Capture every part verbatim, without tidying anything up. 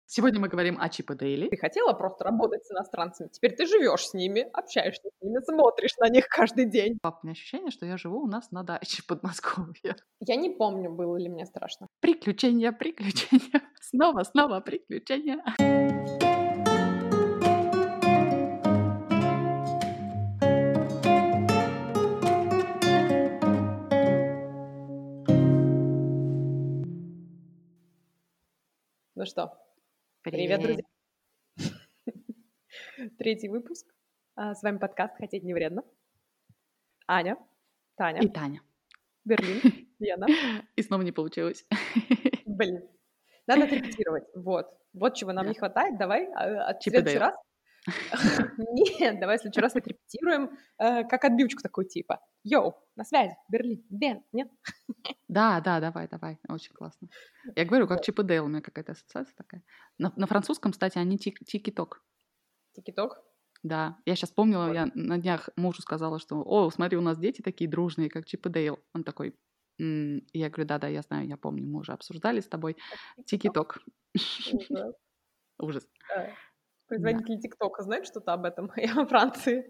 Сегодня мы говорим о Чип и Дейли. Ты хотела просто работать с иностранцами, теперь ты живешь с ними, общаешься с ними, смотришь на них каждый день. Пап, у меня ощущение, что я живу у нас на даче в Подмосковье. Я не помню, было ли мне страшно. Приключения, приключения, снова, снова приключения. Ну что, Привет, друзья. Третий выпуск. А, С вами подкаст «Хотеть не вредно». Аня, Таня, И Таня. Берлин, Вена. И снова не получилось. Блин, надо отрепетировать. Вот. Вот чего нам Да. не хватает. Давай а, а, в Чип и следующий Дейл. раз... Нет, давай в следующий раз отрепетируем, э, как отбивочку такую типа. Йоу, на связи, Берлин, Вен, нет? Да, да, давай, давай. Очень классно. Я говорю, как Вот. Чип и Дейл, у меня какая-то ассоциация такая. На, на французском, кстати, они тик- тики-ток. Тики-ток. Да, я сейчас помнила, Вот. я на днях мужу сказала, что, о, смотри, у нас дети такие дружные, как Чип и Дейл. Он такой, «М». И я говорю, да-да, я знаю, я помню, мы уже обсуждали с тобой. Тики-ток. Тики-ток. Ужас. Ужас. Э, Да. Производители ТикТока знают что-то об этом? Я во Франции.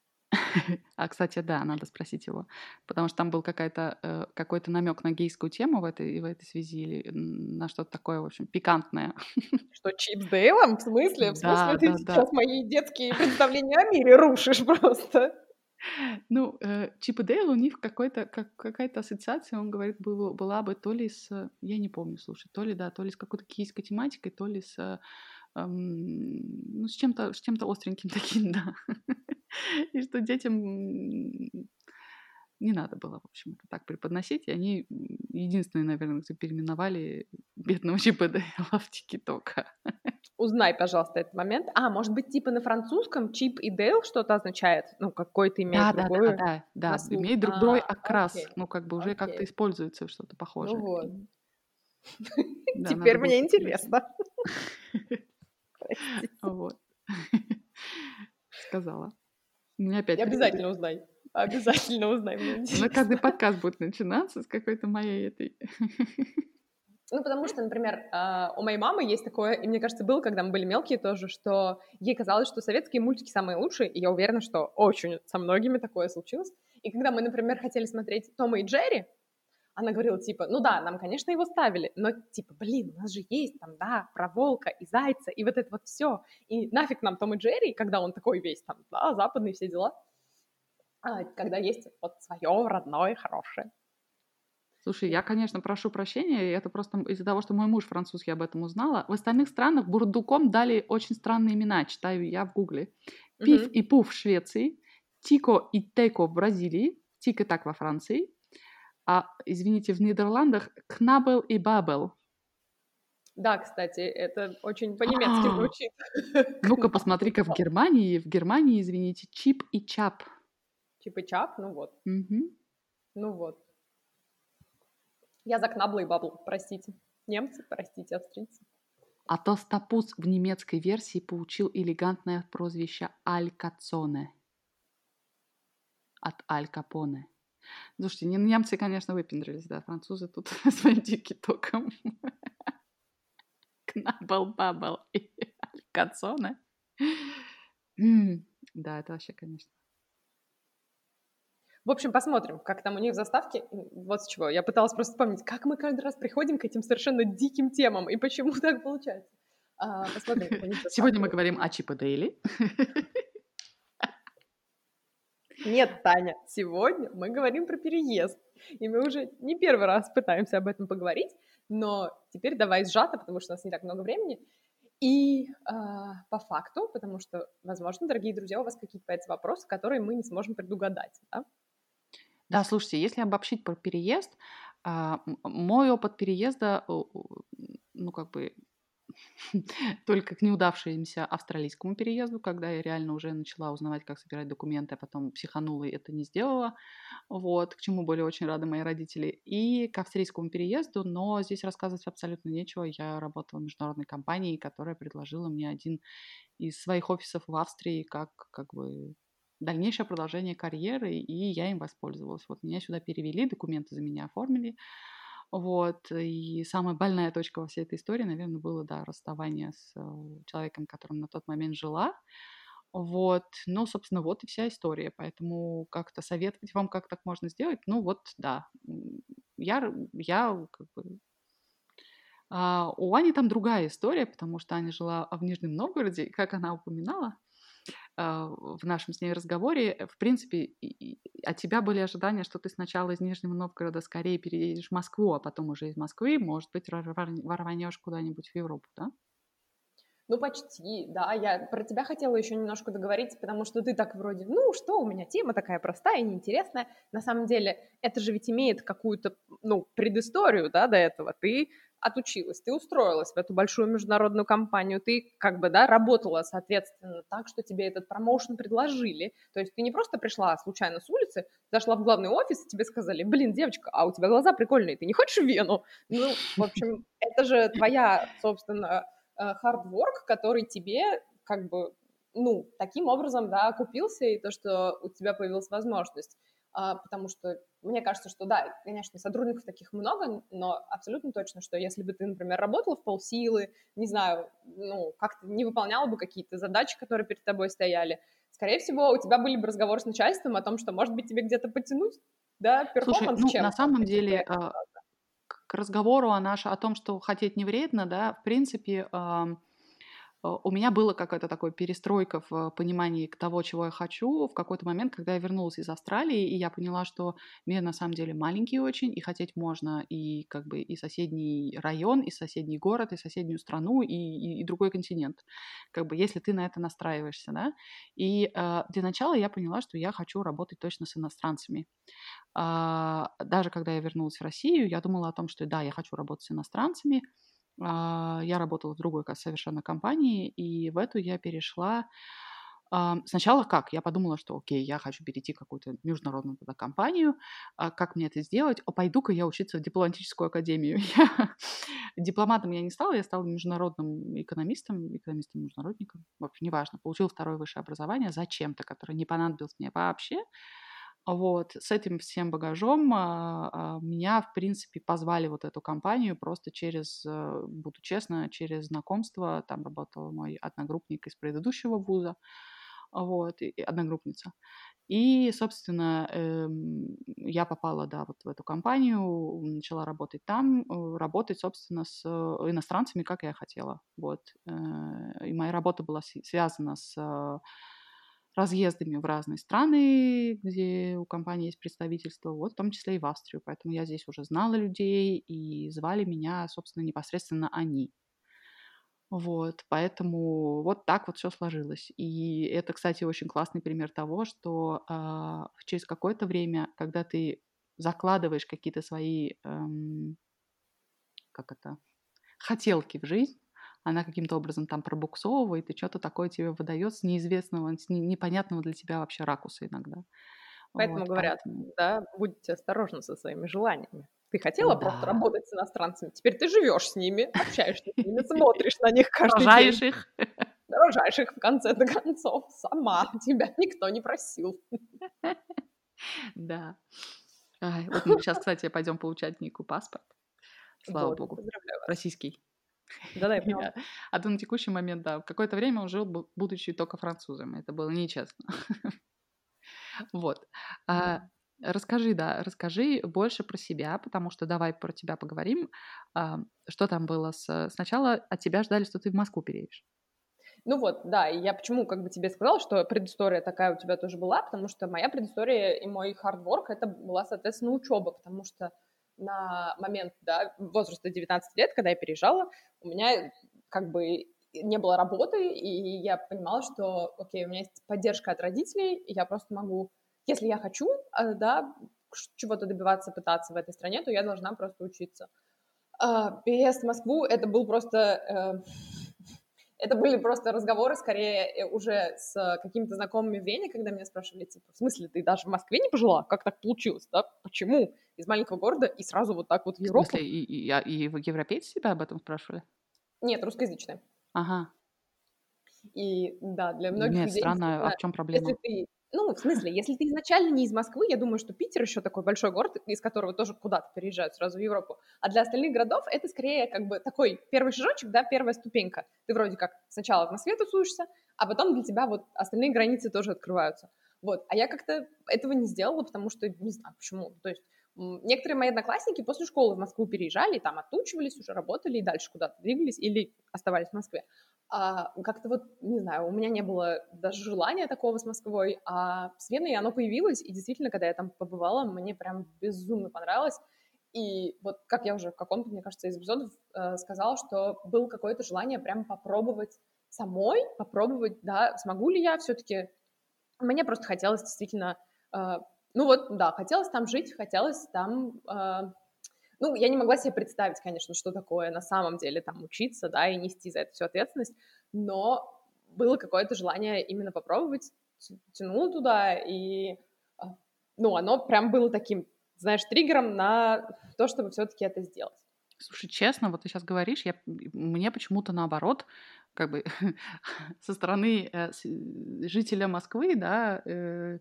А, кстати, да, надо спросить его, потому что там был какая-то, э, какой-то намек на гейскую тему в этой, в этой связи или м, на что-то такое, в общем, пикантное. Что, Чип с Дейлом? В смысле? В смысле Да, ты да, да. сейчас мои детские представления о мире рушишь просто? Ну, э, Чип и Дейл, у них какой-то, как, какая-то ассоциация, он говорит, был, была бы то ли с, э, я не помню, слушай, то ли, да, то ли с какой-то гейской тематикой, то ли с, э, эм, ну, с чем-то, с чем-то остреньким таким, да. И что детям м, не надо было, в общем, это так преподносить. И они м, единственные, наверное, кто переименовали бедного Чип и Дейла в Тики-Тока. Узнай, пожалуйста, этот момент. А, может быть, типа на французском Чип и Дейл что-то означает? Ну, какой-то имеет Да, да, да, другой да, на да, слух. имеет другой А, окрас, окей, ну, как бы уже как-то окей. используется что-то Ну похожее. вот. И да, Теперь надо будет мне посмотреть. интересно. Простите. Вот. Сказала. У меня И опять обязательно узнай. Обязательно узнай, мне на интересно. каждый подкаст будет начинаться с какой-то моей этой. Ну, потому что, например, а, у моей мамы есть такое, и мне кажется, было, когда мы были мелкие тоже, что ей казалось, что советские мультики самые лучшие, и я уверена, что очень со многими такое случилось. И когда мы, например, хотели смотреть Тома и Джерри, она говорила, типа, ну да, нам, конечно, его ставили, но, типа, блин, у нас же есть там, да, про волка и зайца, и вот это вот все. И нафиг нам Том и Джерри, когда он такой весь там, да, западный, все дела, а, когда есть вот свое родное, хорошее. Слушай, я, конечно, прошу прощения, и это просто из-за того, что мой муж француз, я об этом узнала. В остальных странах бурдуком дали очень странные имена, читаю я в Гугле. Пиф Мгм. и Пуф в Швеции, Тико и Теко в Бразилии, Тик и Так во Франции, а, извините, в Нидерландах Кнабел и Бабел. Да, кстати, это очень по-немецки звучит. Ну-ка, посмотри-ка в Германии. В Германии, извините, Чип и Чап. Чип и Чап, ну вот, Мгм. ну вот. Я за Кнабла и Бабл, простите. Немцы, простите, австрийцы. А Тостопус в немецкой версии получил элегантное прозвище Аль Кацоне от Аль Капоне. Слушайте, не- немцы, конечно, выпендрились, да, французы тут своим тики-током. Кнабл-бабл и Аль Кацоне. М, Да, это вообще, конечно. В общем, посмотрим, как там у них в заставке. Вот с чего. Я пыталась просто вспомнить, как мы каждый раз приходим к этим совершенно диким темам, и почему так получается. А, посмотрим, как у них в Сегодня мы заставке. говорим о Чип и Дейли. Нет, Таня, сегодня мы говорим про переезд. И мы уже не первый раз пытаемся об этом поговорить, но теперь давай сжато, потому что у нас не так много времени. И а, по факту, потому что, возможно, дорогие друзья, у вас какие-то появятся вопросы, которые мы не сможем предугадать. Да? Да, слушайте, если обобщить про переезд, а, м- мой опыт переезда, о, о, ну, как бы, только к неудавшемуся австралийскому переезду, когда я реально уже начала узнавать, как собирать документы, а потом психанула и это не сделала. Вот, к чему были очень рады мои родители. И к австрийскому переезду, но здесь рассказывать абсолютно нечего. Я работала в международной компании, которая предложила мне один из своих офисов в Австрии как, как бы дальнейшее продолжение карьеры, и я им воспользовалась. Вот меня сюда перевели, документы за меня оформили. Вот. И самая больная точка во всей этой истории, наверное, было, да, расставание с э, человеком, которым на тот момент жила. Вот. Ну, собственно, вот и вся история. Поэтому как-то советовать вам, как так можно сделать, ну вот, да. М, Я, р- я как бы... а, у Ани там другая история, потому что Аня жила в Нижнем Новгороде, и как она упоминала, а, в нашем с ней разговоре, э, в принципе, и- и от тебя были ожидания, что ты сначала из Нижнего Новгорода скорее переедешь в Москву, а потом уже из Москвы, может быть, рвар- рванешь куда-нибудь в Европу, да? Ну, почти, да. Я про тебя хотела еще немножко договорить, потому что ты так вроде, ну, что, у меня тема такая простая и неинтересная. На самом деле, это же ведь имеет какую-то, ну, предысторию, да, до этого. Ты отучилась, ты устроилась в эту большую международную компанию, ты как бы, да, работала, соответственно, так, что тебе этот промоушен предложили. То есть ты не просто пришла случайно с улицы, зашла в главный офис, и тебе сказали, блин, девочка, а у тебя глаза прикольные, ты не хочешь в Вену? Ну, в общем, это же твоя, собственно, hard work, который тебе как бы, ну, таким образом, да, окупился, и то, что у тебя появилась возможность. А, потому что мне кажется, что да, конечно, сотрудников таких много, но абсолютно точно, что если бы ты, например, работала в полсилы, не знаю, ну, как-то не выполняла бы какие-то задачи, которые перед тобой стояли, скорее всего, у тебя были бы разговоры с начальством о том, что, может быть, тебе где-то потянуть, да, Слушай, перформанс ну, на чем-то, самом если деле, ты... а, к к разговору о, наш... о том, что хотеть не вредно, да, в принципе, ам, а, у меня было какая-то такая перестройка в э, понимании к того, чего я хочу, в какой-то момент, когда я вернулась из Австралии, и я поняла, что мир на самом деле маленький очень, и хотеть можно и как бы и соседний район, и соседний город, и соседнюю страну, и, и, и другой континент, как бы если ты на это настраиваешься, да. И э, для начала я поняла, что я хочу работать точно с иностранцами. А, даже когда я вернулась в Россию, я думала о том, что да, я хочу работать с иностранцами. А, я работала в другой ка- совершенно компании, и в эту я перешла. А, Сначала как? Я подумала, что окей, я хочу перейти в какую-то международную туда компанию. А Как мне это сделать? О, пойду-ка я учиться в дипломатическую академию. Я- Дипломатом я не стала, я стала международным экономистом, экономистом-международником. В общем, неважно. Получила второе высшее образование зачем-то, которое не понадобилось мне вообще. Вот, с этим всем багажом, а, а, меня, в принципе, позвали вот эту компанию просто через, э, буду честна, через знакомство. Там работал мой одногруппник из предыдущего вуза, вот, и и одногруппница. И, собственно, эм, я попала, да, вот в эту компанию, начала работать там, э, работать, собственно, с э, иностранцами, как я хотела. Вот. Э, И моя работа была сви- связана с э, разъездами в разные страны, где у компании есть представительство, вот, в том числе и в Австрию. Поэтому я здесь уже знала людей, и звали меня, собственно, непосредственно они. Вот, поэтому вот так вот все сложилось. И это, кстати, очень классный пример того, что, а, через какое-то время, когда ты закладываешь какие-то свои, эм, как это, хотелки в жизнь, она каким-то образом там пробуксовывает и что то такое тебе выдает с неизвестного, с не непонятного для тебя вообще ракурса иногда. Поэтому Вот, говорят, поэтому да, будьте осторожны со своими желаниями. Ты хотела просто да, работать с иностранцами, теперь ты живешь с ними, общаешься с ними, смотришь на них каждый день, рожаешь их. рожаешь их в конце до концов сама, тебя никто не просил. Да. Ай, вот мы сейчас, кстати, пойдем получать Нику паспорт, слава Вот, богу, поздравляю вас. российский. Да-да, я поняла. А то на текущий момент, да, какое-то время он жил, бу будучи только французом. Это было нечестно. Вот. А, Да. расскажи, да, расскажи больше про себя, потому что давай про тебя поговорим. А, что там было с сначала от тебя ждали, что ты в Москву переедешь. Ну вот, да, и я почему как бы тебе сказала, что предыстория такая у тебя тоже была, потому что моя предыстория и мой hard work — это была, соответственно, учеба, потому что на момент, да, возраста девятнадцати лет, когда я переезжала, у меня как бы не было работы, и я понимала, что, окей, у меня есть поддержка от родителей, и я просто могу, если я хочу, а, да, чего-то добиваться, пытаться в этой стране, то я должна просто учиться. А, переезд в Москву — это был просто... э, это были просто разговоры, скорее, э, уже с какими-то знакомыми в Вене, когда меня спрашивали, типа, в смысле, ты даже в Москве не пожила? Как так получилось, да? Почему из маленького города и сразу вот так вот в В смысле, Европу? и и я и в европейцы тебя об этом спрашивали? Нет, русскоязычная. Ага. И да, для многих Нет, людей странно, а действительно, в чем если проблема? ты Ну, в смысле, если ты изначально не из Москвы, я думаю, что Питер еще такой большой город, из которого тоже куда-то переезжают сразу в Европу. А для остальных городов это скорее как бы такой первый шажочек, да, первая ступенька. Ты вроде как сначала в Москве тусуешься, а потом для тебя вот остальные границы тоже открываются. Вот. А я как-то этого не сделала, потому что не знаю почему. То есть некоторые мои одноклассники после школы в Москву переезжали, там отучивались, уже работали и дальше куда-то двигались или оставались в Москве. А, как-то вот, не знаю, у меня не было даже желания такого с Москвой, а с Веной оно появилось, и действительно, когда я там побывала, мне прям безумно понравилось. И вот, как я уже в каком-то, мне кажется, из эпизодов э, сказала, что было какое-то желание прям попробовать самой, попробовать, да, смогу ли я все-таки. Мне просто хотелось действительно, э, ну вот, да, хотелось там жить, хотелось там... Э, ну, я не могла себе представить, конечно, что такое на самом деле там учиться, да, и нести за это всю ответственность, но было какое-то желание именно попробовать, тянуло туда, и, ну, оно прям было таким, знаешь, триггером на то, чтобы все-таки это сделать. Слушай, честно, вот ты сейчас говоришь, я, мне почему-то наоборот, как бы со стороны э, с- жителя Москвы, да, э,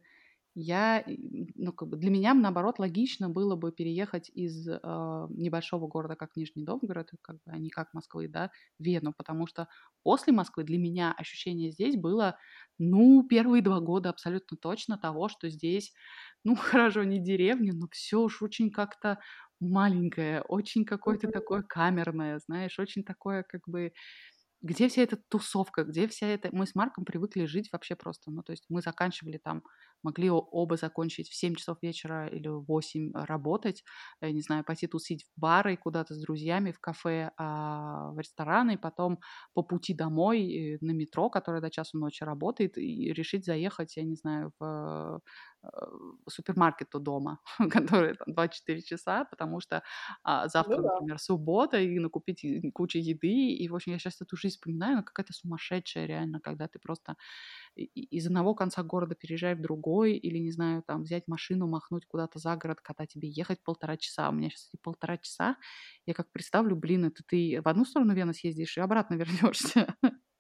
я, ну, как бы для меня, наоборот, логично было бы переехать из э, небольшого города, как Нижний Новгород, как бы, а не как Москвы, да, в Вену, потому что после Москвы для меня ощущение здесь было, ну, первые два года абсолютно точно того, что здесь, ну, хорошо, не деревня, но все уж очень как-то маленькое, очень какое-то такое камерное, знаешь, очень такое как бы где вся эта тусовка, где вся эта... Мы с Марком привыкли жить вообще просто. Ну, то есть мы заканчивали там, могли о- оба закончить в семь часов вечера или в восемь работать, э, не знаю, пойти тусить в бары куда-то с друзьями, в кафе, а, в рестораны, потом по пути домой э, на метро, которое до часу ночи работает, и решить заехать, я не знаю, в э, супермаркет у дома, который там двадцать четыре часа, потому что а, Ну завтра, да. например, суббота, и накупить е- кучу еды. И, в общем, я сейчас эту жизнь вспоминаю, она какая-то сумасшедшая реально, когда ты просто и- и- из одного конца города переезжаешь в другой, или, не знаю, там, взять машину, махнуть куда-то за город, когда тебе ехать полтора часа. У меня сейчас эти полтора часа, я как представлю, блин, это ты в одну сторону Вены съездишь и обратно вернешься.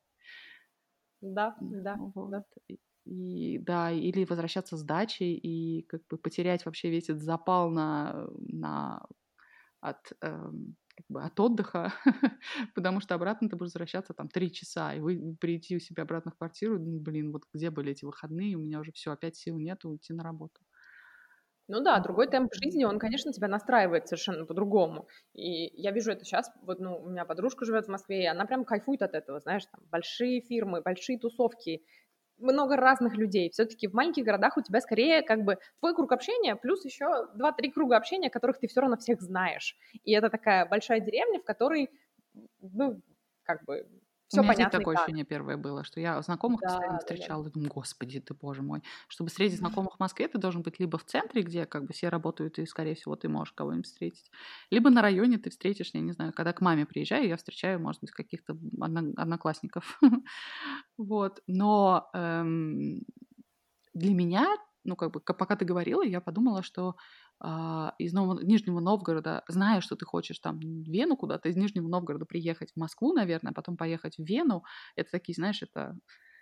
Да, да, Вот. да. И и да, или возвращаться с дачи и как бы потерять вообще весь этот запал на на от, эм, как бы от отдыха, потому что обратно ты будешь возвращаться там три часа, и вы прийти у себя обратно в квартиру, ну, блин, вот где были эти выходные, у меня уже все, опять сил нету идти на работу. Ну да, другой Вот. темп жизни, он, конечно, тебя настраивает совершенно по-другому. И я вижу это сейчас, вот, ну, у меня подружка живет в Москве, и она прям кайфует от этого, знаешь, там, большие фирмы, большие тусовки, много разных людей. Все-таки в маленьких городах у тебя скорее как бы твой круг общения, плюс еще два-три круга общения, которых ты все равно всех знаешь. И это такая большая деревня, в которой, ну, как бы, У все меня здесь понятно и такое так. ощущение первое было, что я знакомых Да, постоянно да, да. встречала, и думаю: "Господи ты, боже мой". Чтобы встретить знакомых в Москве, ты должен быть либо в центре, где как бы все работают, и, скорее всего, ты можешь кого-нибудь встретить, либо на районе ты встретишь, я не знаю, когда к маме приезжаю, я встречаю, может быть, каких-то одно одноклассников. Вот. Но, эм, для меня, ну, как бы, ка пока ты говорила, я подумала, что, а, из Ново Нижнего Новгорода, зная, что ты хочешь там в Вену куда-то, из Нижнего Новгорода приехать в Москву, наверное, а потом поехать в Вену. Это такие, знаешь, это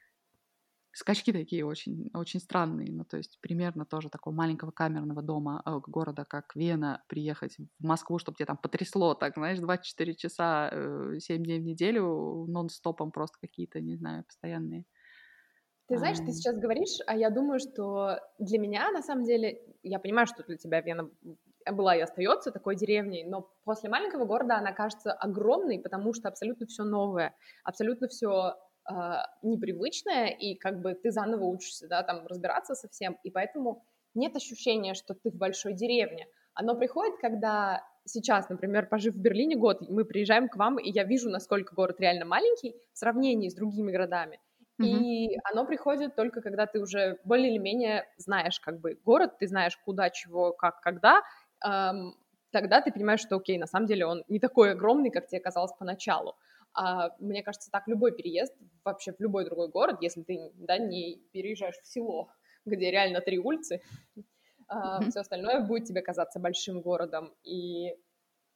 скачки такие очень очень странные. Ну, то есть примерно тоже такого маленького камерного дома, а, города, как Вена, приехать в Москву, чтобы тебя там потрясло так, знаешь, двадцать четыре часа, э, семь дней в неделю нон-стопом просто какие-то, не знаю, постоянные. Ты знаешь, ты Ам. сейчас говоришь, а я думаю, что для меня, на самом деле, я понимаю, что для тебя Вена была и остается такой деревней, но после маленького города она кажется огромной, потому что абсолютно все новое, абсолютно все э, непривычное, и как бы ты заново учишься, да, там разбираться со всем, и поэтому нет ощущения, что ты в большой деревне. Оно приходит, когда сейчас, например, пожив в Берлине год, мы приезжаем к вам, и я вижу, насколько город реально маленький в сравнении с другими городами. Мгм. И оно приходит только когда ты уже более или менее знаешь как бы город, ты знаешь куда, чего, как, когда, ам, тогда ты понимаешь, что окей, на самом деле он не такой огромный, как тебе казалось поначалу. А, мне кажется, так любой переезд вообще в любой другой город, если ты, да, не переезжаешь в село, где реально три улицы, а, Мгм. все остальное будет тебе казаться большим городом. И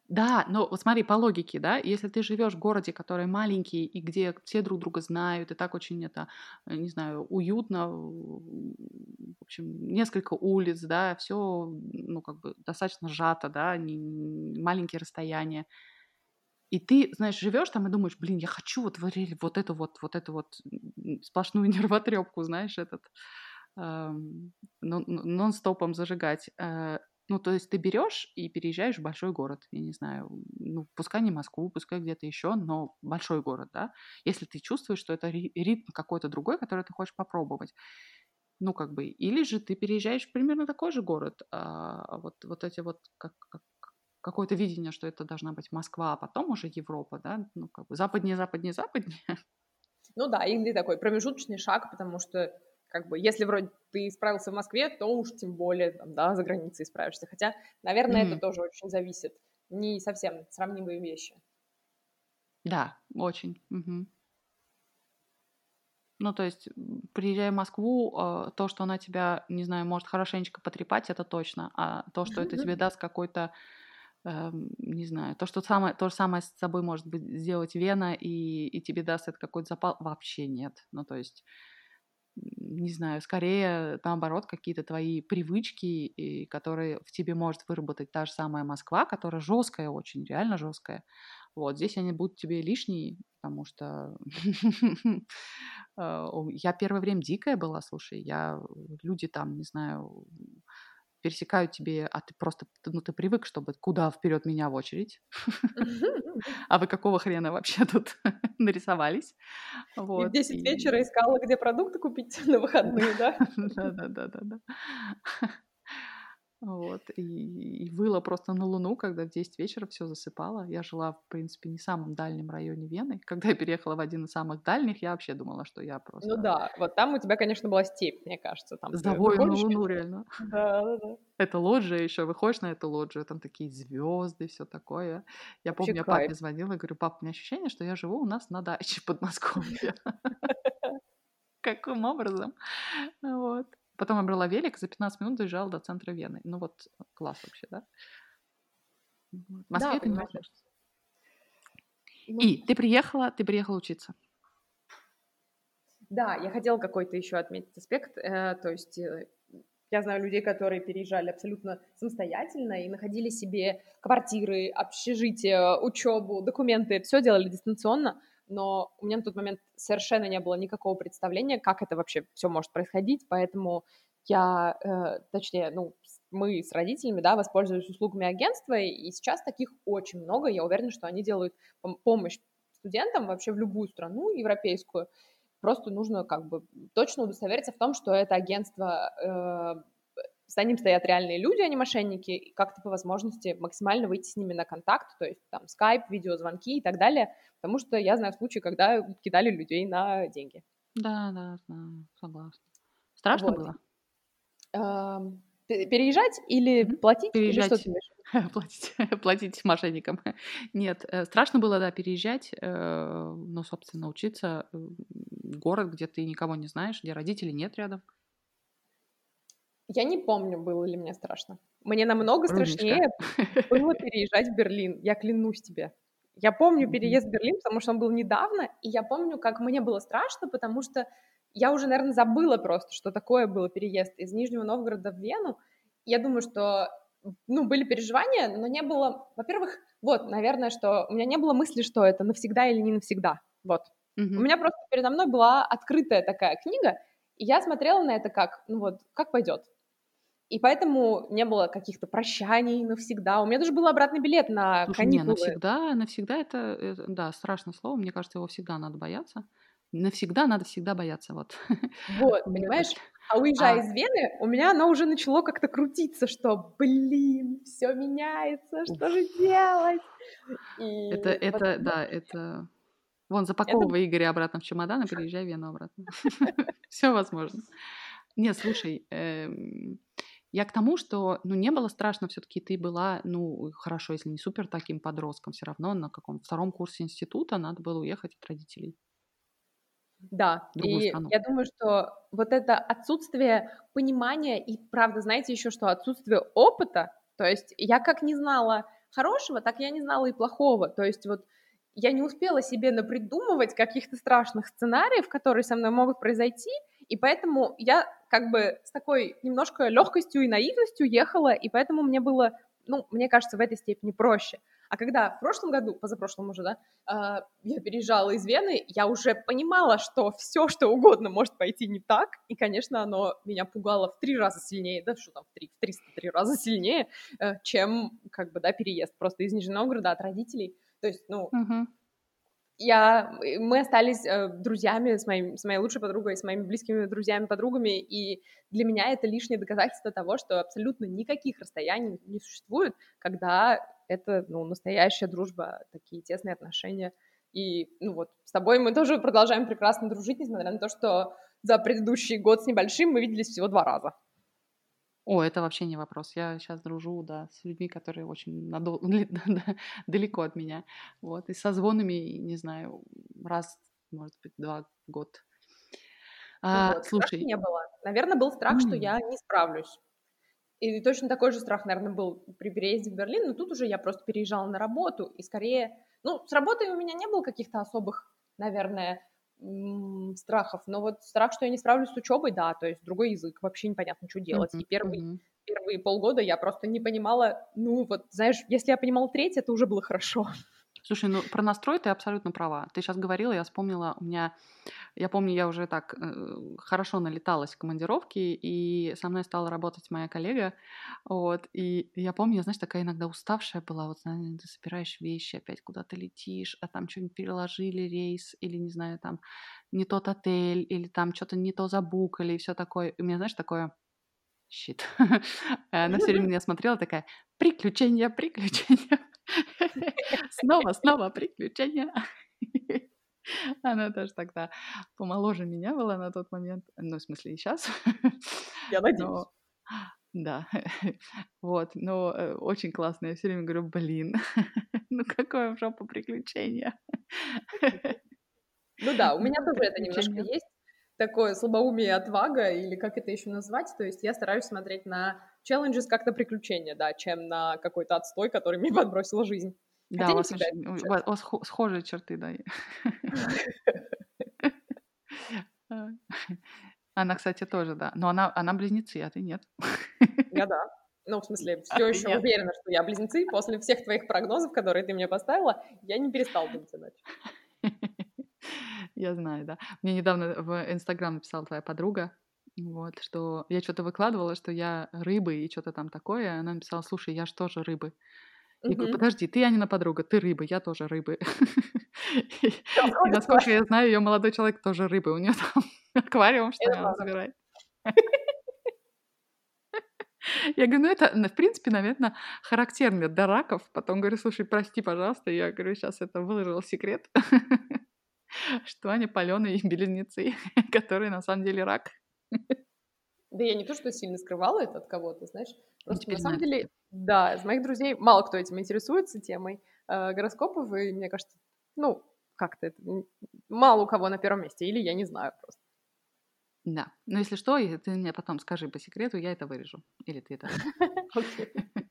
Да, но вот смотри, по логике, да, если ты живешь в городе, который маленький и где все друг друга знают, и так очень это, э, не знаю, уютно, в общем, несколько улиц, да, все, ну, как бы достаточно сжато, да, не, не- маленькие расстояния. И ты, знаешь, живешь там и думаешь, блин, я хочу вот, вот, ре- вот эту вот, вот эту вот м, сплошную нервотрепку, знаешь, этот ам, нон- нон- нон-стопом зажигать. Э, Ну, то есть ты берешь и переезжаешь в большой город, я не знаю, ну, пускай не Москву, пускай где-то еще, но большой город, да, если ты чувствуешь, что это ри- ритм какой-то другой, который ты хочешь попробовать. Ну, как бы, или же ты переезжаешь в примерно такой же город, а вот, вот эти вот, как, как- какое-то видение, что это должна быть Москва, а потом уже Европа, да, ну, как бы западнее, западнее, западнее. Ну да, или такой промежуточный шаг, потому что, как бы, если вроде ты справился в Москве, то уж тем более, там, да, за границей справишься. Хотя, наверное, это Мгм. тоже очень зависит. Не совсем сравнимые вещи. Да, очень. Мгм. Ну, то есть, м, приезжая в Москву, а, то, что она тебя, не знаю, может хорошенечко потрепать, это точно. А то, что это тебе даст какой-то, эм, не знаю, то, что самое, то же самое с собой может быть сделать Вена, и, и тебе даст это какой-то запал, вообще нет. Ну, то есть, м, не знаю, скорее, наоборот, какие-то твои привычки, и, которые в тебе может выработать та же самая Москва, которая жесткая очень, реально жесткая. Вот здесь они будут тебе лишние, потому что э, о, я первое время дикая была, слушай, я люди там, не знаю, пересекают тебе, а ты просто, ты- ну, ты привык, чтобы куда вперед меня в очередь, а вы какого хрена вообще тут нарисовались, И в вот, десять вечера и искала, где продукты купить на выходные, да? да-да-да-да-да. Вот, и и выла просто на луну, когда в десять вечера все засыпало. Я жила, в принципе, не в самом дальнем районе Вены. Когда я переехала в один из самых дальних, я вообще думала, что я Ну просто да, вот там у тебя, конечно, была степь, мне кажется. Там ты завою на выходишь луну вечером. реально. Да-да-да. Это лоджия еще, выходишь на эту лоджию, там такие звезды, все такое. Я Вообще помню, я кайф. папе звонила и говорю: "Пап, у меня ощущение, что я живу у нас на даче в Подмосковье". Каким образом? Вот. Потом я брала велик, за пятнадцать минут доезжала до центра Вены. Ну вот класс вообще, да? Вот. В Да, Москве это понимаешь, невозможно. ну, И ты приехала ты приехала учиться. да, я хотела какой-то еще отметить аспект. Э, то есть э, я знаю людей, которые переезжали абсолютно самостоятельно и находили себе квартиры, общежитие, учебу, документы, все делали дистанционно, но у меня на тот момент совершенно не было никакого представления, как это вообще все может происходить, поэтому я, э, точнее, ну, с- мы с родителями, да, воспользовались услугами агентства, и сейчас таких очень много, я уверена, что они делают пом- помощь студентам вообще в любую страну европейскую, просто нужно как бы точно удостовериться в том, что это агентство, э, за ним стоят реальные люди, а не мошенники, и как-то по возможности максимально выйти с ними на контакт, то есть там скайп, видеозвонки и так далее, потому что я знаю случаи, когда кидали людей на деньги. Да, да, знаю, согласна. Страшно Вот. было? Ам, пе- Переезжать или Мгм. платить, или что ты Переезжать, имеешь? платить платить мошенникам. Нет, э, страшно было, да, переезжать, э, ну, собственно, учиться, м, в город, где ты никого не знаешь, где родителей нет рядом. Я не помню, было ли мне страшно. Мне намного Умничка. страшнее было переезжать в Берлин, я клянусь тебе. Я помню Мгм. переезд в Берлин, потому что он был недавно, и я помню, как мне было страшно, потому что я уже, наверное, забыла просто, что такое было переезд из Нижнего Новгорода в Вену. Я думаю, что, ну, были переживания, но не было, во-первых, вот, наверное, что у меня не было мысли, что это навсегда или не навсегда. Вот. У Мгм. меня просто передо мной была открытая такая книга, и я смотрела на это как, ну вот, как пойдет. И поэтому не было каких-то прощаний навсегда. У меня даже был обратный билет на Слушай, не, каникулы. навсегда навсегда это, э, да, страшное слово. Мне кажется, его всегда надо бояться. Навсегда надо всегда бояться, вот. У Вот, меня так. понимаешь? А уезжая А, из Вены, у меня оно уже начало как-то крутиться, что, блин, все меняется, что же уф, делать? это И вот это, ну, да, это вон, это запаковывай Игоря обратно в чемодан и переезжай в Вену обратно. Все возможно. Нет, слушай, эм, я к тому, что, ну, не было страшно, все таки ты была, ну, хорошо, если не супер таким подростком, все равно на каком втором курсе института надо было уехать от родителей да, в другую и страну. я думаю, что вот это отсутствие понимания и, правда, знаете еще что, отсутствие опыта, то есть я как не знала хорошего, так я не знала и плохого. То есть вот я не успела себе напридумывать каких-то страшных сценариев, которые со мной могут произойти, и поэтому я как бы с такой немножко легкостью и наивностью ехала, и поэтому мне было, ну, мне кажется, в этой степени проще. А когда в прошлом году, позапрошлом уже, да, э, я переезжала из Вены, я уже понимала, что все, что угодно может пойти не так, и, конечно, оно меня пугало в три раза сильнее, да, что там, в, три, в триста три раза сильнее, э, чем, как бы, да, переезд просто из Нижнего Новгорода от родителей. То есть, ну, Мгм. я, мы остались э, друзьями с, моим, с моей лучшей подругой, с моими близкими друзьями-подругами, и для меня это лишнее доказательство того, что абсолютно никаких расстояний не существует, когда это, ну, настоящая дружба, такие тесные отношения. И, ну, вот, с тобой мы тоже продолжаем прекрасно дружить, несмотря на то, что за предыдущий год с небольшим мы виделись всего два раза. О, это вообще не вопрос. Я сейчас дружу, да, с людьми, которые очень надол- да, далеко от меня. Вот. И со звонами, не знаю, раз, может быть, два в год. А, Вот, страшно слушай, не было. Наверное, был страх, что м, я не справлюсь. И точно такой же страх, наверное, был при переезде в Берлин, но тут уже я просто переезжала на работу, и скорее, ну, с работой у меня не было каких-то особых, наверное, м, страхов, но вот страх, что я не справлюсь с учебой, да, то есть другой язык, вообще непонятно, что делать. мгм, И первый, мгм. первые полгода я просто не понимала, ну, вот, знаешь, если я понимала треть, это уже было хорошо. Слушай, ну про настрой ты абсолютно права. Ты сейчас говорила, я вспомнила, у меня, я помню, я уже так э, хорошо налеталась в командировки, и со мной стала работать моя коллега, вот, и я помню, я, знаешь, такая иногда уставшая была, вот, знаешь, ты собираешь вещи, опять куда-то летишь, а там что-нибудь переложили рейс, или, не знаю, там не тот отель, или там что-то не то забукали, и все такое. И у меня, знаешь, такое щит. Она все время на меня смотрела такая: "Приключения, приключения". Снова, снова приключения. Она тоже тогда помоложе меня была на тот момент. Ну, в смысле, и щас. Я надеюсь. Но да, вот, но, э, очень классно. Я все время говорю: "Блин, ну какое в жопу приключение". Ну да, у меня Да, тоже это немножко приключения. есть. Такое слабоумие и отвага, или как это еще назвать. То есть я стараюсь смотреть на challenges как на приключения, да, чем на какой-то отстой, который мне подбросила жизнь. Да, Хотя у не вас всегда это очень, у ва у получается. вас схо схожие черты, да. А. Она, кстати, тоже, да. Но она она близнецы, а ты нет. Я да. Ну, в смысле, А все ты еще нет. уверена, что я близнецы. После всех твоих прогнозов, которые ты мне поставила, я не перестала думать иначе. Я знаю, да. Мне недавно в "Инстаграм" написала твоя подруга, вот, что я что то выкладывала, что я рыбы и что то там такое. Она написала: "Слушай, я ж тоже рыбы". Я говорю: Мгм. "Подожди, ты Анина подруга, ты рыбы, я тоже рыбы". И Всё и сходится. насколько я знаю, ее молодой человек тоже рыбы. У нее там аквариум, что Это ли, она правда. собирает. Я говорю: "Ну, это, н в принципе, наверно, характерно для раков". Потом говорю: "Слушай, прости, пожалуйста". Я говорю: "Щас это выложила секрет, что Аня палёные близнецы, которые на самом деле рак". Да я не то, что сильно скрывала это от кого-то, знаешь. Ну, Просто на теперь самом знают все. деле, да, из моих друзей мало кто этим интересуется, темой, э, гороскопов, и мне кажется, ну, как-то это м мало у кого на первом месте, или я не знаю просто. Да. Но если что, и ты мне потом скажи по секрету, я это вырежу. Или ты это. Окей.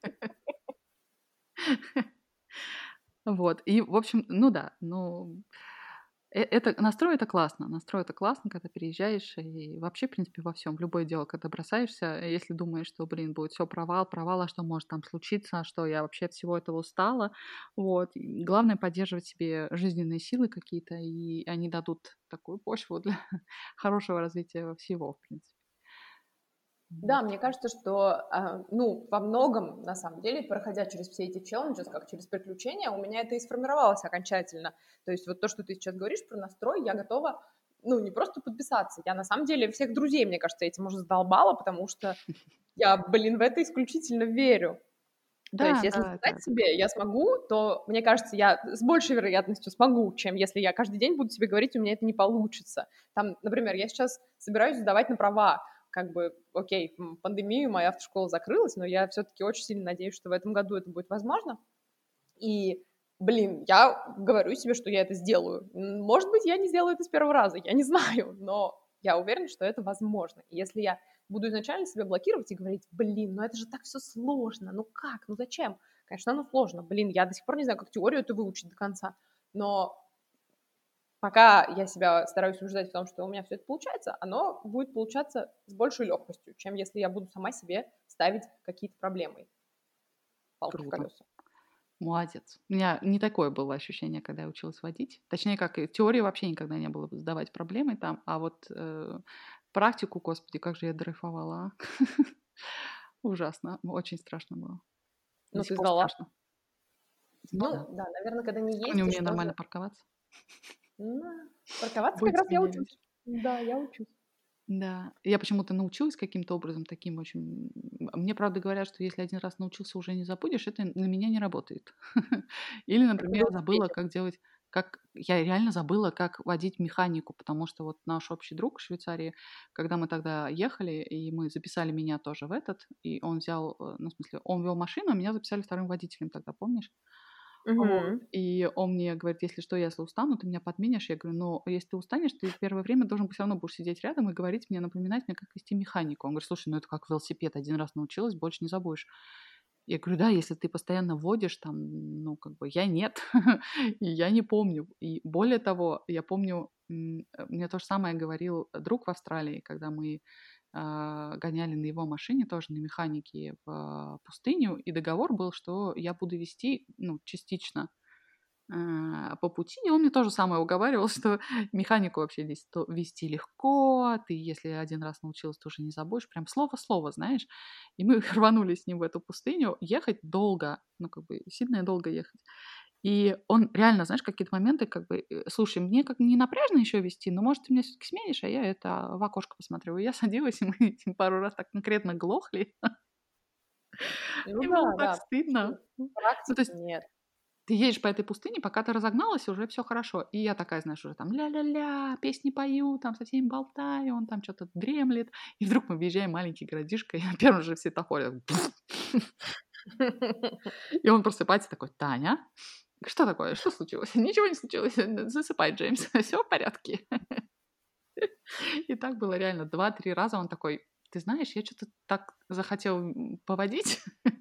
Вот. И, в общем, ну да, ну, э это настрой — это классно. Настрой — это классно, когда переезжаешь. И вообще, в принципе, во всем. В любое дело, когда бросаешься, э, если думаешь, что, блин, будет все провал, провал, а что может там случиться, а что я вообще от всего этого устала. Вот. И главное — поддерживать себе жизненные силы какие-то, и они дадут такую почву для хорошего развития всего, в принципе. Да, Вот. мне кажется, что, а, ну, во многом, на самом деле, проходя через все эти челленджи, как через приключения, у меня это и сформировалось окончательно. То есть вот то, что ты сейчас говоришь про настрой, я готова, ну, не просто подписаться, я на самом деле всех друзей, мне кажется, этим уже задолбала, потому что я, блин, в это исключительно верю. То есть Да, если да, это сказать себе: "Я смогу", то, мне кажется, я с большей вероятностью смогу, чем если я каждый день буду себе говорить: "У меня это не получится". Там, например, я сейчас собираюсь сдавать на права. Как бы, окей, м, пандемию, моя автошкола закрылась, но я всё-таки очень сильно надеюсь, что в этом году это будет возможно. И, блин, я говорю себе, что я это сделаю. М, может быть, я не сделаю это с первого раза, я не знаю, но я уверена, что это возможно. И если я буду изначально себя блокировать и говорить: "Блин, ну это же так все сложно, ну как, ну зачем?" Конечно, оно сложно. Блин, я до сих пор не знаю, как теорию это выучить до конца, но пока я себя стараюсь убеждать в том, что у меня все это получается, оно будет получаться с большей легкостью, чем если я буду сама себе ставить какие-то проблемы, палки в Круто. колеса. Молодец. У меня не такое было ощущение, когда я училась водить. Точнее, как и теории вообще никогда не было сдавать проблемы там, а вот э, практику, господи, как же я дрейфовала, а. Ужасно, очень страшно было. До Ну, сих ты пор сдала? страшно. Ну, Да. да, наверное, когда не Только не ездишь, умею тоже. нормально парковаться. Ну, парковаться как Будете раз я меня учусь. видеть. Да, я учусь. Да, я почему-то научилась каким-то образом таким очень. м, Мне, правда, говорят, что если один раз научился, уже не забудешь, это для меня не работает. Или, Как например, на я забыла, велосипеде. как делать, как я реально забыла, как водить механику, потому что вот наш общий друг в Швейцарии, когда мы тогда ехали, и мы записали меня тоже в этот, и он взял, э, ну, в смысле, он вел машину, а меня записали вторым водителем тогда, помнишь? Вот. Мгм. И он мне говорит: "Если что, если устану, ты меня подменишь". Я говорю: "Ну, если ты устанешь, ты первое время должен всё равно будешь сидеть рядом и говорить мне, напоминать мне, как вести механику". Он говорит: "Слушай, ну это как велосипед, один раз научилась, больше не забудешь". Я говорю: "Да, если ты постоянно водишь там, ну, как бы я нет, и я не помню". И более того, я помню, м, э, мне то же самое говорил друг в Австралии, когда мы, а, гоняли на его машине, тоже на механике, в а, пустыню, и договор был, что я буду вести, ну, частично а, по пути. И он мне тоже самое уговаривал, что механику вообще здесь то вести легко, ты если один раз научилась, ты уже не забудешь. Прям слово в слово, знаешь. И мы рванули с ним в эту пустыню. Ехать долго, ну, как бы сильно и долго ехать. И он реально, знаешь, какие-то моменты, как бы, э, слушай, мне как не напряжно еще вести, но, может, ты меня все-таки сменишь, а я это в окошко посмотрю. И я садилась, и мы пару раз так конкретно глохли, Ну и было да, так да, потому стыдно. что Ну, то практики есть нет. ты едешь по этой пустыне, пока ты разогналась, уже все хорошо. И я такая, знаешь, уже там ля-ля-ля, песни пою, там со всеми болтаю, он там что то дремлет. И вдруг мы въезжаем в маленький городишко, и на первом же светофоре и он просыпается такой: "Таня, что такое? Что случилось?" "Ничего не случилось. Засыпай, Джеймс. Все в порядке". И так было реально два-три раза. Он такой: "Ты знаешь, я что то так захотел, м, поводить".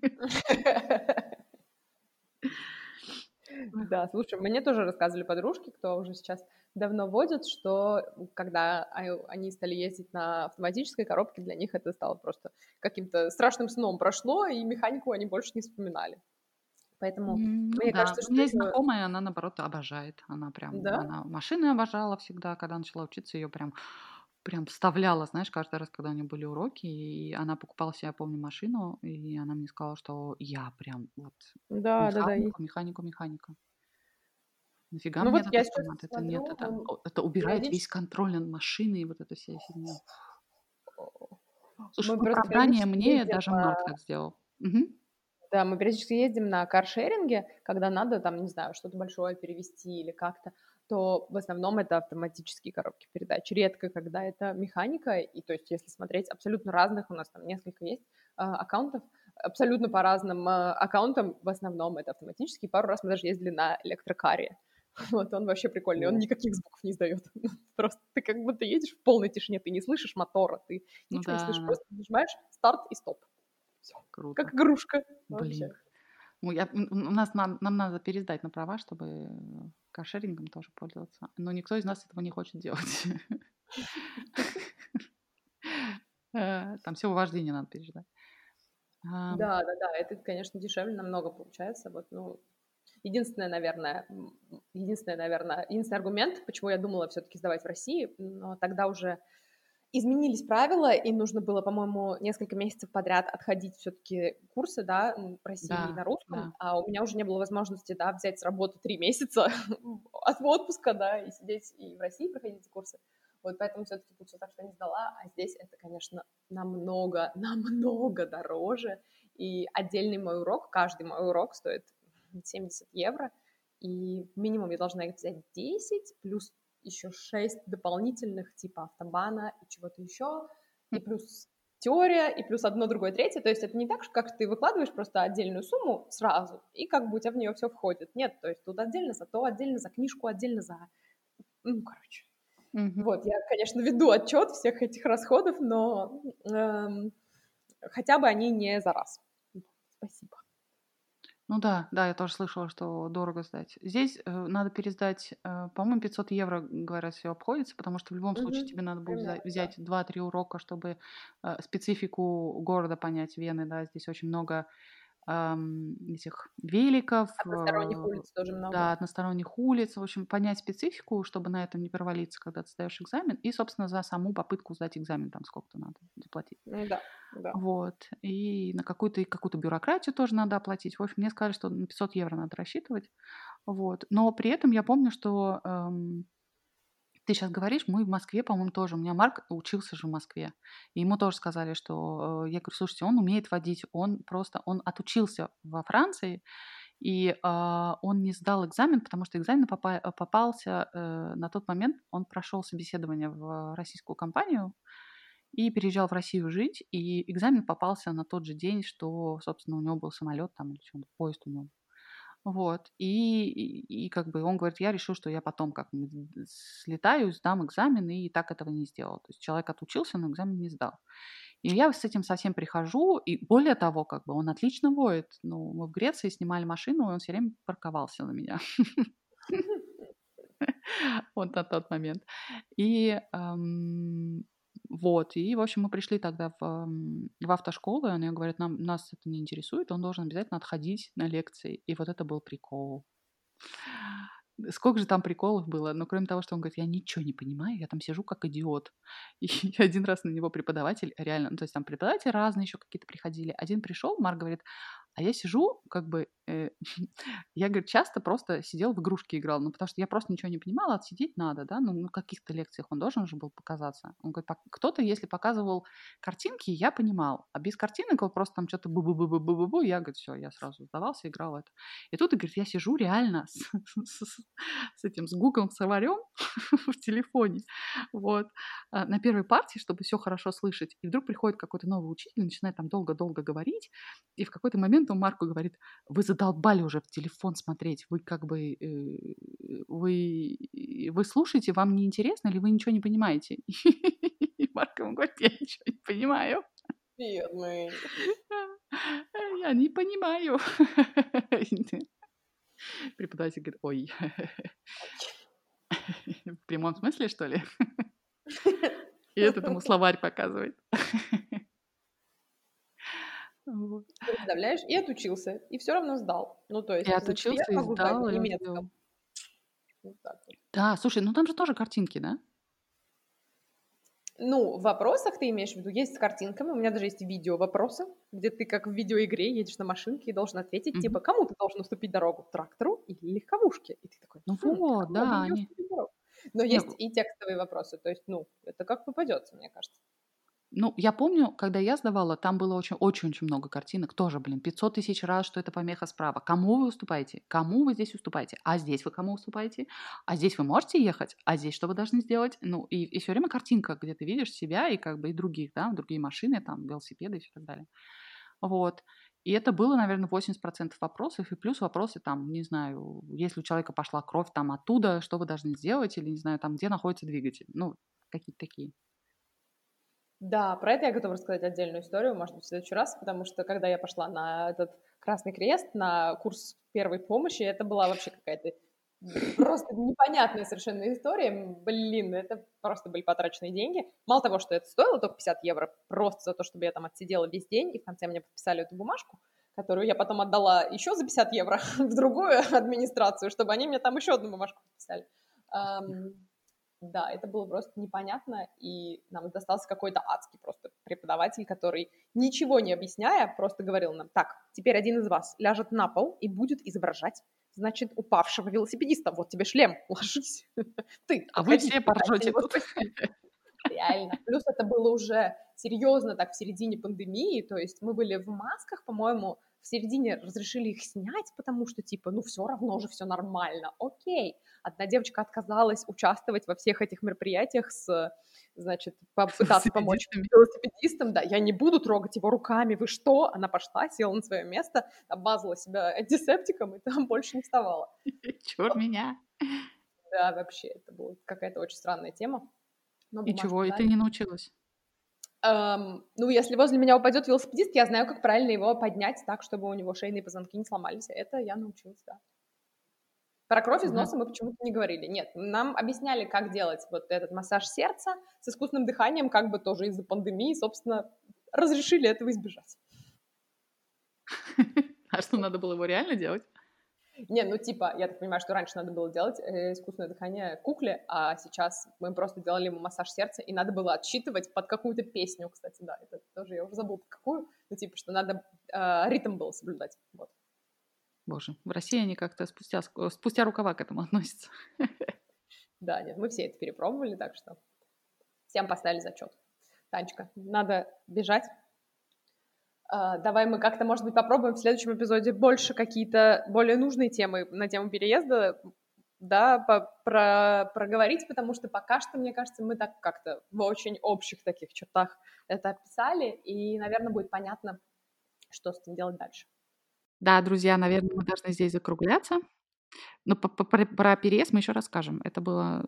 Ой. Да, слушай, мне тоже рассказывали подружки, кто уже сейчас давно водит, что когда а- они стали ездить на автоматической коробке, для них это стало просто каким-то страшным сном прошло, и механику они больше не вспоминали. Поэтому М, ну мне да. кажется, У что меня есть еще... знакомая, она, наоборот, обожает. Она прям Да? она машины обожала всегда. Когда начала учиться, ее прям прям вставляла, знаешь, каждый раз, когда у нее были уроки. И она покупала себе, я помню, машину, и она мне сказала, что я прям вот Да, да, да, есть. механику, механику, механику. Нафига Ну мне вот этот я сейчас автомат? Это нет, смотрю, это он о это убирает весь периодически... контроль над машиной, и вот эта вся фигня. Слушай, Мы в просто оправдание периодически мне ездим даже на... много так сделал. Мгм. Да, мы периодически ездим на каршеринге, когда надо там, не знаю, что-то большое перевести или как-то, то в основном это автоматические коробки передач. Редко, когда это механика, и то есть если смотреть абсолютно разных, у нас там несколько есть а, аккаунтов, абсолютно по разным а, аккаунтам, в основном это автоматический. Пару раз мы даже ездили на электрокаре. Вот, он вообще прикольный, он О, никаких звуков не издает. Просто ты как будто едешь в полной тишине, ты не слышишь мотора, ты ну ничего не да, слышишь, да, просто нажимаешь старт и стоп. Все. круто. Как игрушка вообще. Блин. Ну, я м, м, у нас нам нам надо пересдать на права, чтобы, э, каршерингом тоже пользоваться. Но никто из нас этого не хочет делать. Э, там всё вождение надо пересдать. Ам, Да-да-да, это, конечно, дешевле намного получается. Вот, ну, единственное, наверное, м, единственное, наверное, единственный аргумент, почему я думала все-таки сдавать в России, но тогда уже изменились правила, и нужно было, по-моему, несколько месяцев подряд отходить все-таки курсы, да, м, в России на да, русском, да. а у меня уже не было возможности, да, взять с работы три месяца от отпуска, да, и сидеть и в России проходить эти курсы. Вот поэтому все-таки получилось так, что я не сдала, а здесь это, конечно, намного, намного дороже, и отдельный мой урок, каждый мой урок стоит семьдесят евро, и минимум я должна их взять десять, плюс еще шесть дополнительных типа автобана и чего-то еще, М, и плюс теория, и плюс одно, другое, третье. То есть это не так, как ты выкладываешь просто отдельную сумму сразу, и как бы у тебя в нее все входит. Нет, то есть тут отдельно за то, отдельно за книжку, отдельно за... Ну, короче. мгм. Вот, я, конечно, веду отчет всех этих расходов, но эм, хотя бы они не за раз. Спасибо. Ну да, да, я тоже слышала, что дорого сдать. Здесь э, надо пересдать, э, по-моему, пятьсот евро, говорят, все обходится, потому что в любом случае Мгм. тебе надо будет взя- Примерно, да. взять два-три урока, чтобы э, специфику города понять, Вены, да, здесь очень много ам, этих великов, Односторонних э, улиц тоже много. да, односторонних улиц. В общем, понять специфику, чтобы на этом не провалиться, когда ты сдаешь экзамен. И, собственно, за саму попытку сдать экзамен там сколько-то надо заплатить. Ну да, да. Вот. И на какую-то, и какую-то бюрократию тоже надо оплатить. В общем, мне сказали, что на пятьсот евро надо рассчитывать. Вот. Но при этом я помню, что эм, ты сейчас говоришь, мы в Москве, по-моему, тоже. У меня Марк учился же в Москве. И ему тоже сказали, что... э, Я говорю, слушайте, он умеет водить. Он просто... Он отучился во Франции, и а, он не сдал экзамен, потому что экзамен попа- э, попался э, на тот момент. Он прошел собеседование в российскую компанию и переезжал в Россию жить. И экзамен попался на тот же день, что, собственно, у него был самолет там или что-то, поезд у него. Вот. И, и, и как бы он говорит, я решил, что я потом как-нибудь слетаю, сдам экзамен, и так этого не сделал. То есть человек отучился, но экзамен не сдал. И я с этим совсем прихожу, и более того, как бы он отлично воет. Ну, мы в Греции снимали машину, и он все время парковался на меня. Вот на тот момент. И ам, вот, и, в общем, мы пришли тогда в, ам, в автошколу, и они говорят, нам, нас это не интересует, он должен обязательно отходить на лекции. И вот это был прикол. Сколько же там приколов было, но кроме того, что он говорит: "Я ничего не понимаю, я там сижу как идиот". И один раз на него преподаватель реально, ну, то есть там преподаватели разные еще какие-то приходили. Один пришел, Марк говорит: "А я сижу, как бы, э, я, говорит, часто просто сидел в игрушки играл, ну, потому что я просто ничего не понимала, отсидеть надо, да, ну, на каких-то лекциях он должен же был показаться". Он говорит: "Пок Кто-то, если показывал картинки, я понимал, а без картинок он просто там что то бу-бу-бу-бу-бу-бу". Я, говорит, все, я сразу сдавался, играл в это. И тут, говорит, я сижу реально с с с этим, с Гуглом словарем в телефоне, вот, а, на первой партии, чтобы все хорошо слышать. И вдруг приходит какой-то новый учитель, начинает там долго-долго говорить, и в какой-то момент он Марку говорит: "Вы задолбали уже в телефон смотреть, вы как бы, э, вы вы слушаете, вам не интересно или вы ничего не понимаете?" И Марк ему говорит: "Я ничего не понимаю". Бедный. "Я не понимаю". Преподаватель говорит: "Ой". В прямом смысле, что ли? И этот ему словарь показывает. Вот. Представляешь, и отучился, и все равно сдал. Ну, то И есть, значит, и я отучился, и могу сдать сдал, на и он немецком. сделал. Вот так вот. Да, слушай, ну там же тоже картинки, да? Ну, в вопросах ты имеешь в виду, есть с картинками, у меня даже есть видео вопросы, где ты как в видеоигре едешь на машинке и должен ответить, Мгм. типа, кому ты должен уступить дорогу, трактору или легковушке? И ты такой, Ну хм, вот, кому бы да, мне они уступить дорогу? Но не, есть и текстовые вопросы, то есть, ну, это как попадется, мне кажется. ну, я помню, когда я сдавала, там было очень очень-очень много картинок. Тоже, блин, пятьсот тысяч раз, что это помеха справа. Кому вы уступаете? Кому вы здесь уступаете? А здесь вы кому уступаете? А здесь вы можете ехать? А здесь что вы должны сделать? Ну, и, и все время картинка, где ты видишь себя и как бы и других, да, другие машины, там, велосипеды и все так далее. Вот. И это было, наверное, восемьдесят процентов вопросов, и плюс вопросы там, не знаю, если у человека пошла кровь там оттуда, что вы должны сделать, или, не знаю, там, где находится двигатель. Ну, какие-то такие. Да, про это я готова рассказать отдельную историю, может быть, в следующий раз, потому что когда я пошла на этот Красный Крест, на курс первой помощи, это была вообще какая-то просто непонятная совершенно история. Блин, это просто были потраченные деньги. Мало того, что это стоило только пятьдесят евро, просто за то, чтобы я там отсидела весь день, и в конце мне подписали эту бумажку, которую я потом отдала еще за пятьдесят евро в другую администрацию, чтобы они мне там еще одну бумажку подписали. Да, это было просто непонятно, и нам достался какой-то адский просто преподаватель, который, ничего не объясняя, просто говорил нам: так, теперь один из вас ляжет на пол и будет изображать, значит, упавшего велосипедиста. Вот тебе шлем, ложись. Ты, А вы подходи, все пытайся поржете его тут. спасти. Реально. Плюс это было уже серьезно так в середине пандемии, то есть мы были в масках, по-моему, в середине разрешили их снять, потому что, типа, ну, все равно же все нормально, окей. Одна девочка отказалась участвовать во всех этих мероприятиях с, значит, С попытаться помочь велосипедистами. велосипедистам, да, я не буду трогать его руками, вы что? Она пошла, села на свое место, обмазала себя антисептиком и там больше не вставала. Чур меня. Да, вообще, это была какая-то очень странная тема, но И бумажку чего? И ты дали. не научилась? Эм, ну, если возле меня упадет велосипедист, я знаю, как правильно его поднять так, чтобы у него шейные позвонки не сломались. Это я научилась, да. Про кровь из Ага. носа мы почему-то не говорили. Нет, нам объясняли, как делать вот этот массаж сердца с искусственным дыханием, как бы тоже из-за пандемии, собственно, разрешили этого избежать. А что, надо было его реально делать? Не, ну типа, я так понимаю, что раньше надо было делать э, искусственное дыхание кукле, а сейчас мы просто делали ему массаж сердца, и надо было отсчитывать под какую-то песню, кстати, да, это тоже я уже забыла под какую, ну типа, что надо э, ритм был соблюдать, вот. Боже, в России они как-то спустя, ск- спустя рукава к этому относятся. Да, нет, мы все это перепробовали, так что всем поставили зачет. Танечка, надо бежать. А, давай мы как-то, может быть, попробуем в следующем эпизоде больше какие-то более нужные темы на тему переезда, да, по- про, проговорить, потому что пока что, мне кажется, мы так как-то в очень общих таких чертах это описали, и, наверное, будет понятно, что с этим делать дальше. Да, друзья, наверное, мы должны здесь закругляться. Но по- по- про про переезд мы еще расскажем. Это было...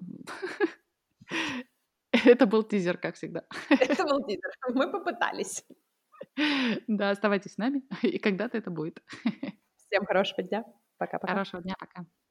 Это был тизер, как всегда. Это был тизер. Мы попытались. Да, оставайтесь с нами, и когда-то это будет. Всем хорошего дня. Пока-пока. Хорошего дня, пока.